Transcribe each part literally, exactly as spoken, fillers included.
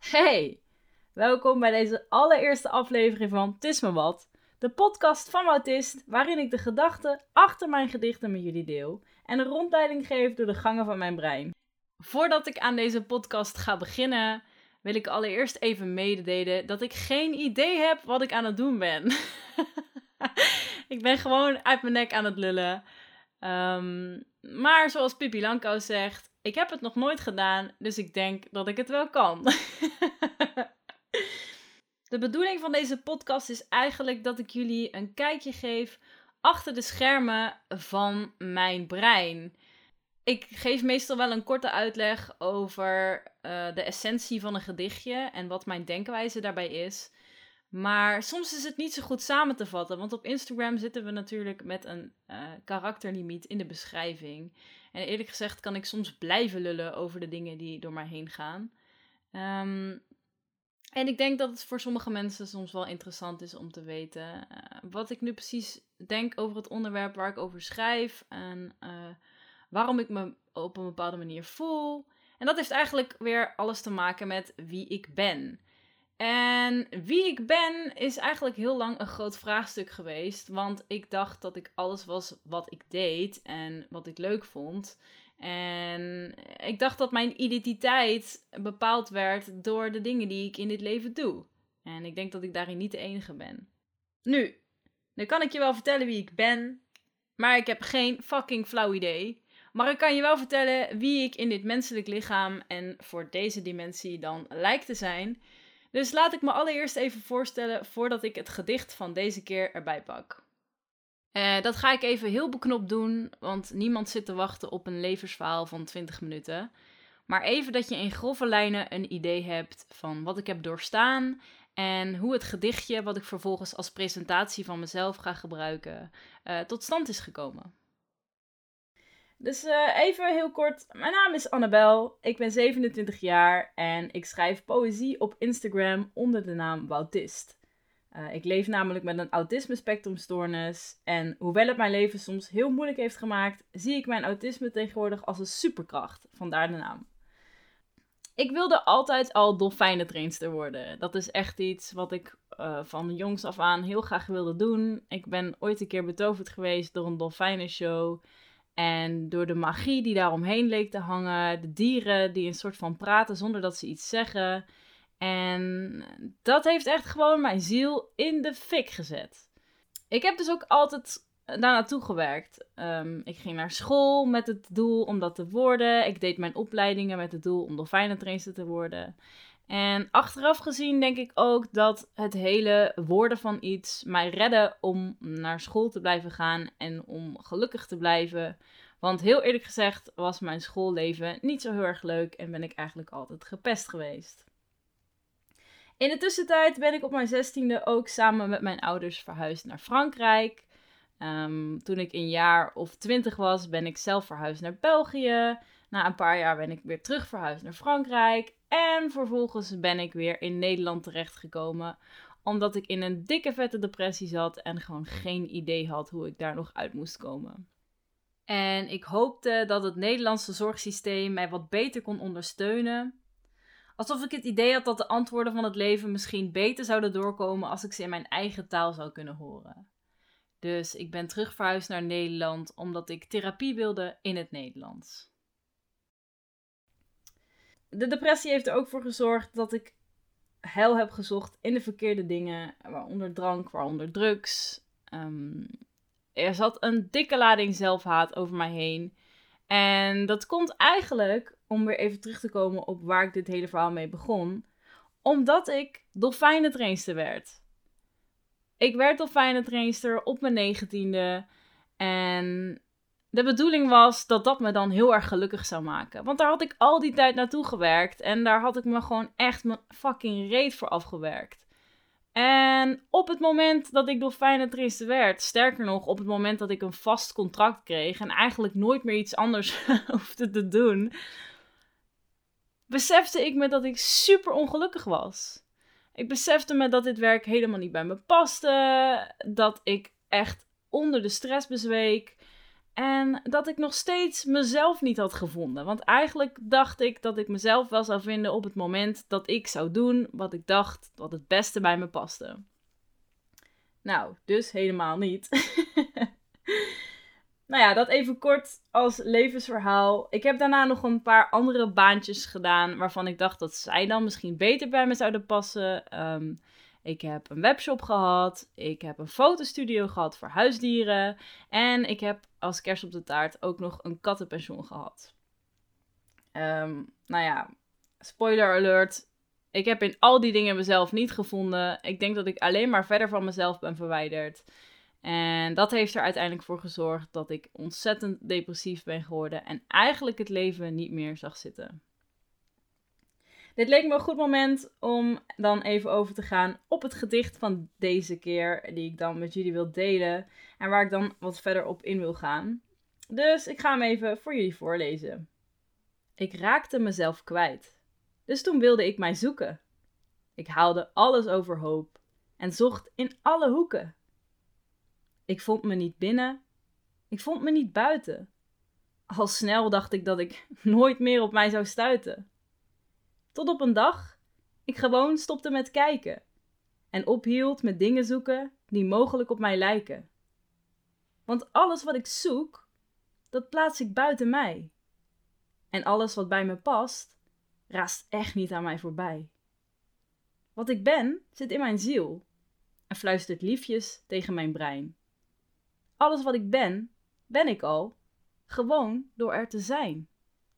Hey, welkom bij deze allereerste aflevering van Tis me wat, de podcast van Autist, waarin ik de gedachten achter mijn gedichten met jullie deel en een rondleiding geef door de gangen van mijn brein. Voordat ik aan deze podcast ga beginnen, wil ik allereerst even mededelen dat ik geen idee heb wat ik aan het doen ben. Ik ben gewoon uit mijn nek aan het lullen. Um, maar zoals Pippi Langkous zegt, ik heb het nog nooit gedaan, dus ik denk dat ik het wel kan. De bedoeling van deze podcast is eigenlijk dat ik jullie een kijkje geef achter de schermen van mijn brein. Ik geef meestal wel een korte uitleg over uh, de essentie van een gedichtje en wat mijn denkwijze daarbij is. Maar soms is het niet zo goed samen te vatten, want op Instagram zitten we natuurlijk met een uh, karakterlimiet in de beschrijving. En eerlijk gezegd kan ik soms blijven lullen over de dingen die door mij heen gaan. Um, en ik denk dat het voor sommige mensen soms wel interessant is om te weten uh, wat ik nu precies denk over het onderwerp waar ik over schrijf. En uh, waarom ik me op een bepaalde manier voel. En dat heeft eigenlijk weer alles te maken met wie ik ben. En wie ik ben is eigenlijk heel lang een groot vraagstuk geweest. Want ik dacht dat ik alles was wat ik deed en wat ik leuk vond. En ik dacht dat mijn identiteit bepaald werd door de dingen die ik in dit leven doe. En ik denk dat ik daarin niet de enige ben. Nu, nu kan ik je wel vertellen wie ik ben, maar ik heb geen fucking flauw idee. Maar ik kan je wel vertellen wie ik in dit menselijk lichaam en voor deze dimensie dan lijkt te zijn. Dus laat ik me allereerst even voorstellen voordat ik het gedicht van deze keer erbij pak. Uh, dat ga ik even heel beknopt doen, want niemand zit te wachten op een levensverhaal van twintig minuten. Maar even dat je in grove lijnen een idee hebt van wat ik heb doorstaan en hoe het gedichtje, wat ik vervolgens als presentatie van mezelf ga gebruiken, uh, tot stand is gekomen. Dus uh, even heel kort, mijn naam is Annabel, ik ben zevenentwintig jaar en ik schrijf poëzie op Instagram onder de naam Woutist. Uh, ik leef namelijk met een autisme-spectrumstoornis en hoewel het mijn leven soms heel moeilijk heeft gemaakt, zie ik mijn autisme tegenwoordig als een superkracht, vandaar de naam. Ik wilde altijd al dolfijnentrainster worden. Dat is echt iets wat ik uh, van jongs af aan heel graag wilde doen. Ik ben ooit een keer betoverd geweest door een dolfijnenshow. En door de magie die daaromheen leek te hangen, de dieren die een soort van praten zonder dat ze iets zeggen. En dat heeft echt gewoon mijn ziel in de fik gezet. Ik heb dus ook altijd daar naartoe gewerkt. Um, ik ging naar school met het doel om dat te worden. Ik deed mijn opleidingen met het doel om dolfijnentrainster te worden. En achteraf gezien denk ik ook dat het hele worden van iets mij redde om naar school te blijven gaan en om gelukkig te blijven. Want heel eerlijk gezegd was mijn schoolleven niet zo heel erg leuk en ben ik eigenlijk altijd gepest geweest. In de tussentijd ben ik op mijn zestiende ook samen met mijn ouders verhuisd naar Frankrijk. Um, toen ik een jaar of twintig was, ben ik zelf verhuisd naar België. Na een paar jaar ben ik weer terug verhuisd naar Frankrijk. En vervolgens ben ik weer in Nederland terechtgekomen. Omdat ik in een dikke vette depressie zat en gewoon geen idee had hoe ik daar nog uit moest komen. En ik hoopte dat het Nederlandse zorgsysteem mij wat beter kon ondersteunen. Alsof ik het idee had dat de antwoorden van het leven misschien beter zouden doorkomen als ik ze in mijn eigen taal zou kunnen horen. Dus ik ben terug verhuisd naar Nederland omdat ik therapie wilde in het Nederlands. De depressie heeft er ook voor gezorgd dat ik heil heb gezocht in de verkeerde dingen, waaronder drank, waaronder drugs. Um, er zat een dikke lading zelfhaat over mij heen. En dat komt eigenlijk, om weer even terug te komen op waar ik dit hele verhaal mee begon, omdat ik dolfijnentrainster werd. Ik werd dolfijnentrainster op mijn negentiende en de bedoeling was dat dat me dan heel erg gelukkig zou maken. Want daar had ik al die tijd naartoe gewerkt en daar had ik me gewoon echt mijn fucking reet voor afgewerkt. En op het moment dat ik dolfijnentrainster werd, sterker nog, op het moment dat ik een vast contract kreeg en eigenlijk nooit meer iets anders hoefde te doen, besefte ik me dat ik super ongelukkig was. Ik besefte me dat dit werk helemaal niet bij me paste, dat ik echt onder de stress bezweek. En dat ik nog steeds mezelf niet had gevonden. Want eigenlijk dacht ik dat ik mezelf wel zou vinden op het moment dat ik zou doen wat ik dacht wat het beste bij me paste. Nou, dus helemaal niet. Nou ja, dat even kort als levensverhaal. Ik heb daarna nog een paar andere baantjes gedaan waarvan ik dacht dat zij dan misschien beter bij me zouden passen. Um, ik heb een webshop gehad, ik heb een fotostudio gehad voor huisdieren en ik heb als kerst op de taart ook nog een kattenpension gehad. Um, nou ja, spoiler alert. Ik heb in al die dingen mezelf niet gevonden. Ik denk dat ik alleen maar verder van mezelf ben verwijderd. En dat heeft er uiteindelijk voor gezorgd dat ik ontzettend depressief ben geworden en eigenlijk het leven niet meer zag zitten. Dit leek me een goed moment om dan even over te gaan op het gedicht van deze keer, die ik dan met jullie wil delen en waar ik dan wat verder op in wil gaan. Dus ik ga hem even voor jullie voorlezen. Ik raakte mezelf kwijt, dus toen wilde ik mij zoeken. Ik haalde alles overhoop en zocht in alle hoeken. Ik vond me niet binnen, ik vond me niet buiten. Al snel dacht ik dat ik nooit meer op mij zou stuiten. Tot op een dag ik gewoon stopte met kijken en ophield met dingen zoeken die mogelijk op mij lijken. Want alles wat ik zoek, dat plaats ik buiten mij. En alles wat bij me past, raast echt niet aan mij voorbij. Wat ik ben, zit in mijn ziel en fluistert liefjes tegen mijn brein. Alles wat ik ben, ben ik al, gewoon door er te zijn.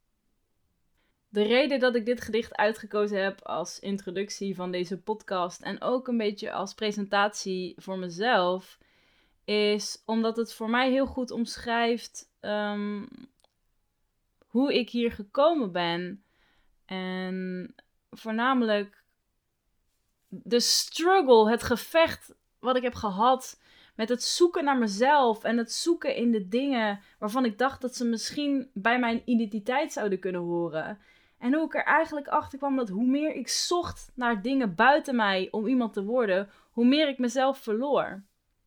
De reden dat ik dit gedicht uitgekozen heb als introductie van deze podcast en ook een beetje als presentatie voor mezelf, is omdat het voor mij heel goed omschrijft um, hoe ik hier gekomen ben. En voornamelijk de struggle, het gevecht wat ik heb gehad met het zoeken naar mezelf en het zoeken in de dingen waarvan ik dacht dat ze misschien bij mijn identiteit zouden kunnen horen. En hoe ik er eigenlijk achter kwam dat hoe meer ik zocht naar dingen buiten mij om iemand te worden, hoe meer ik mezelf verloor.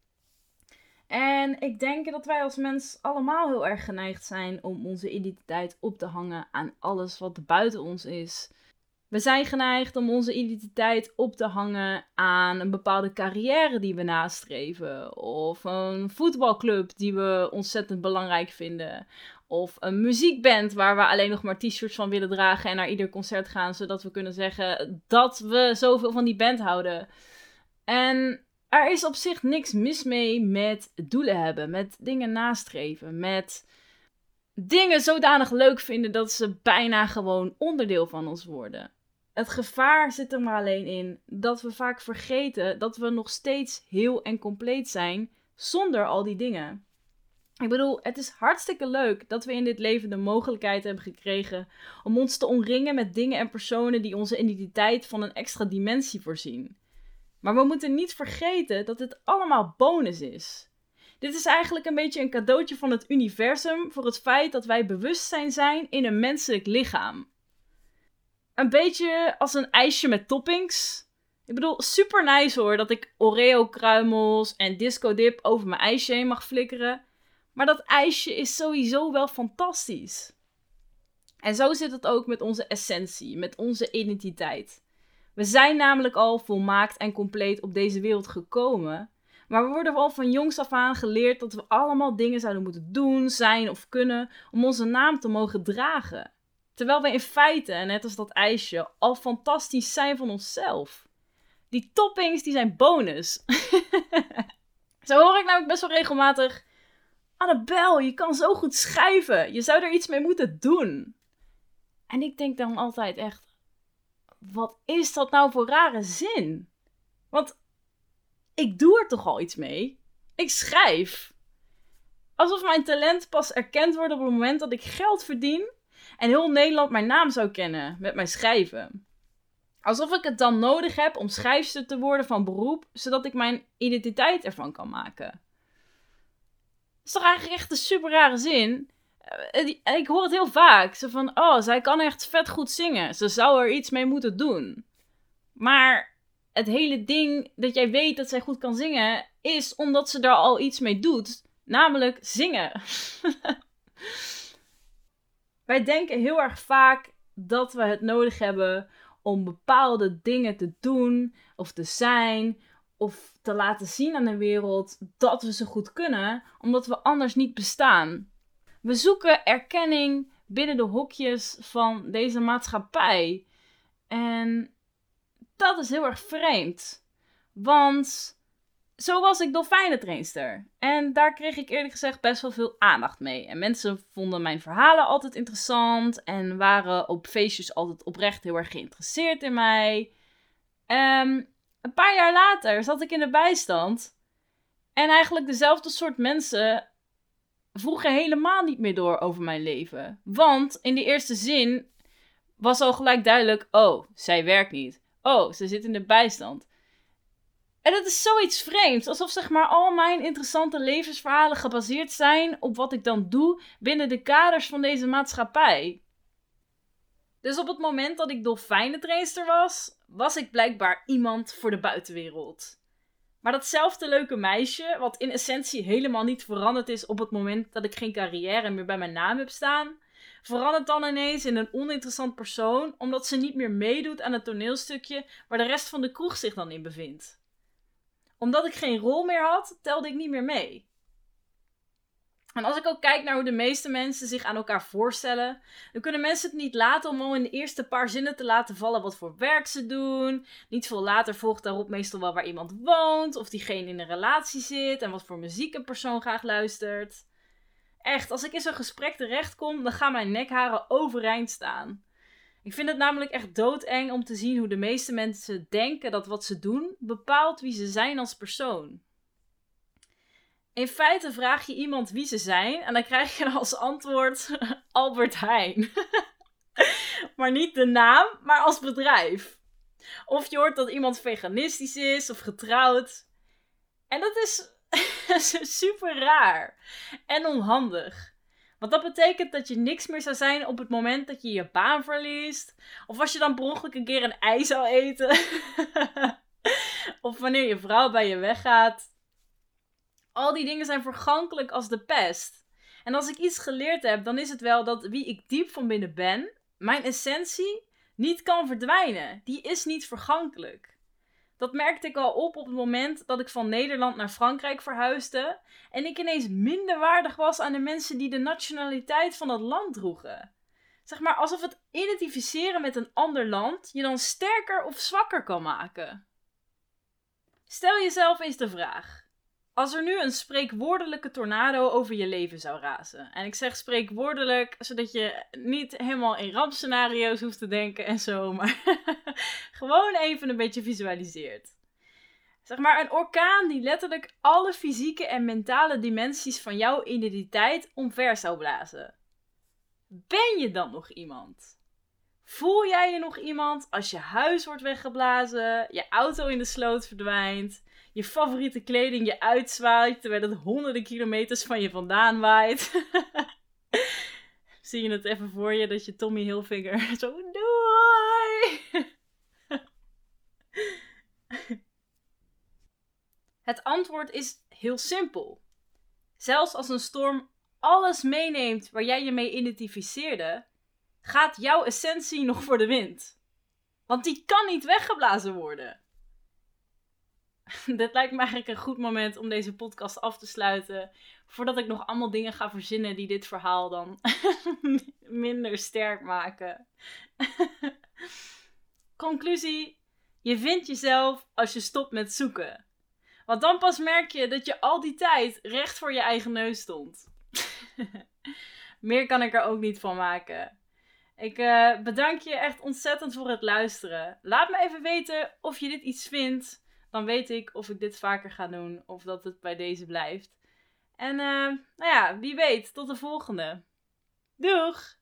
En ik denk dat wij als mens allemaal heel erg geneigd zijn om onze identiteit op te hangen aan alles wat buiten ons is. We zijn geneigd om onze identiteit op te hangen aan een bepaalde carrière die we nastreven. Of een voetbalclub die we ontzettend belangrijk vinden. Of een muziekband waar we alleen nog maar t-shirts van willen dragen en naar ieder concert gaan. Zodat we kunnen zeggen dat we zoveel van die band houden. En er is op zich niks mis mee met doelen hebben. Met dingen nastreven. Met dingen zodanig leuk vinden dat ze bijna gewoon onderdeel van ons worden. Het gevaar zit er maar alleen in dat we vaak vergeten dat we nog steeds heel en compleet zijn zonder al die dingen. Ik bedoel, het is hartstikke leuk dat we in dit leven de mogelijkheid hebben gekregen om ons te omringen met dingen en personen die onze identiteit van een extra dimensie voorzien. Maar we moeten niet vergeten dat dit allemaal bonus is. Dit is eigenlijk een beetje een cadeautje van het universum voor het feit dat wij bewustzijn zijn in een menselijk lichaam. Een beetje als een ijsje met toppings. Ik bedoel, super nice hoor dat ik Oreo-kruimels en disco-dip over mijn ijsje heen mag flikkeren. Maar dat ijsje is sowieso wel fantastisch. En zo zit het ook met onze essentie, met onze identiteit. We zijn namelijk al volmaakt en compleet op deze wereld gekomen. Maar we worden al van jongs af aan geleerd dat we allemaal dingen zouden moeten doen, zijn of kunnen om onze naam te mogen dragen. Terwijl we in feite, net als dat ijsje, al fantastisch zijn van onszelf. Die toppings, die zijn bonus. Zo hoor ik namelijk best wel regelmatig: Annabel, je kan zo goed schrijven. Je zou er iets mee moeten doen. En ik denk dan altijd echt, wat is dat nou voor rare zin? Want ik doe er toch al iets mee? Ik schrijf. Alsof mijn talent pas erkend wordt op het moment dat ik geld verdien en heel Nederland mijn naam zou kennen met mijn schrijven. Alsof ik het dan nodig heb om schrijfster te worden van beroep, zodat ik mijn identiteit ervan kan maken. Dat is toch eigenlijk echt een super rare zin? En ik hoor het heel vaak. Zo van, oh, zij kan echt vet goed zingen. Ze zou er iets mee moeten doen. Maar het hele ding dat jij weet dat zij goed kan zingen, is omdat ze daar al iets mee doet. namelijk zingen. Wij denken heel erg vaak dat we het nodig hebben om bepaalde dingen te doen of te zijn of te laten zien aan de wereld dat we ze goed kunnen, omdat we anders niet bestaan. We zoeken erkenning binnen de hokjes van deze maatschappij. En dat is heel erg vreemd. Want zo was ik dolfijnentrainster. En daar kreeg ik eerlijk gezegd best wel veel aandacht mee. En mensen vonden mijn verhalen altijd interessant. En waren op feestjes altijd oprecht heel erg geïnteresseerd in mij. Um, een paar jaar later zat ik in de bijstand. En eigenlijk dezelfde soort mensen vroegen helemaal niet meer door over mijn leven. Want in die eerste zin was al gelijk duidelijk: oh, zij werkt niet. Oh, ze zit in de bijstand. En dat is zoiets vreemds. Alsof zeg maar al mijn interessante levensverhalen gebaseerd zijn op wat ik dan doe binnen de kaders van deze maatschappij. Dus op het moment dat ik dolfijnentrainster was, was ik blijkbaar iemand voor de buitenwereld. Maar datzelfde leuke meisje, wat in essentie helemaal niet veranderd is op het moment dat ik geen carrière meer bij mijn naam heb staan, verandert dan ineens in een oninteressant persoon, omdat ze niet meer meedoet aan het toneelstukje waar de rest van de kroeg zich dan in bevindt. Omdat ik geen rol meer had, telde ik niet meer mee. En als ik ook kijk naar hoe de meeste mensen zich aan elkaar voorstellen, dan kunnen mensen het niet laten om al in de eerste paar zinnen te laten vallen wat voor werk ze doen. Niet veel later volgt daarop meestal wel waar iemand woont, of diegene in een relatie zit en wat voor muziek een persoon graag luistert. Echt, als ik in zo'n gesprek terechtkom, dan gaan mijn nekharen overeind staan. Ik vind het namelijk echt doodeng om te zien hoe de meeste mensen denken dat wat ze doen bepaalt wie ze zijn als persoon. In feite vraag je iemand wie ze zijn en dan krijg je als antwoord Albert Heijn. Maar niet de naam, maar als bedrijf. Of je hoort dat iemand veganistisch is of getrouwd. En dat is super raar en onhandig. Want dat betekent dat je niks meer zou zijn op het moment dat je je baan verliest. Of als je dan per ongeluk een keer een ei zou eten. Of wanneer je vrouw bij je weggaat. Al die dingen zijn vergankelijk als de pest. En als ik iets geleerd heb, dan is het wel dat wie ik diep van binnen ben, mijn essentie, niet kan verdwijnen. Die is niet vergankelijk. Dat merkte ik al op op het moment dat ik van Nederland naar Frankrijk verhuisde en ik ineens minder waardig was aan de mensen die de nationaliteit van dat land droegen. Zeg maar alsof het identificeren met een ander land je dan sterker of zwakker kan maken. Stel jezelf eens de vraag. Als er nu een spreekwoordelijke tornado over je leven zou razen. En ik zeg spreekwoordelijk, zodat je niet helemaal in rampscenario's hoeft te denken en zo. Maar gewoon even een beetje visualiseert. Zeg maar een orkaan die letterlijk alle fysieke en mentale dimensies van jouw identiteit omver zou blazen. Ben je dan nog iemand? Voel jij je nog iemand als je huis wordt weggeblazen, je auto in de sloot verdwijnt, je favoriete kleding je uitzwaait terwijl het honderden kilometers van je vandaan waait? Zie je het even voor je dat je Tommy Hilfiger zo doei! Het antwoord is heel simpel. Zelfs als een storm alles meeneemt waar jij je mee identificeerde, gaat jouw essentie nog voor de wind. Want die kan niet weggeblazen worden. Dit lijkt me eigenlijk een goed moment om deze podcast af te sluiten. Voordat ik nog allemaal dingen ga verzinnen die dit verhaal dan minder sterk maken. Conclusie. Je vindt jezelf als je stopt met zoeken. Want dan pas merk je dat je al die tijd recht voor je eigen neus stond. Meer kan ik er ook niet van maken. Ik uh, bedank je echt ontzettend voor het luisteren. Laat me even weten of je dit iets vindt. Dan weet ik of ik dit vaker ga doen of dat het bij deze blijft. En uh, nou ja, wie weet, tot de volgende. Doeg!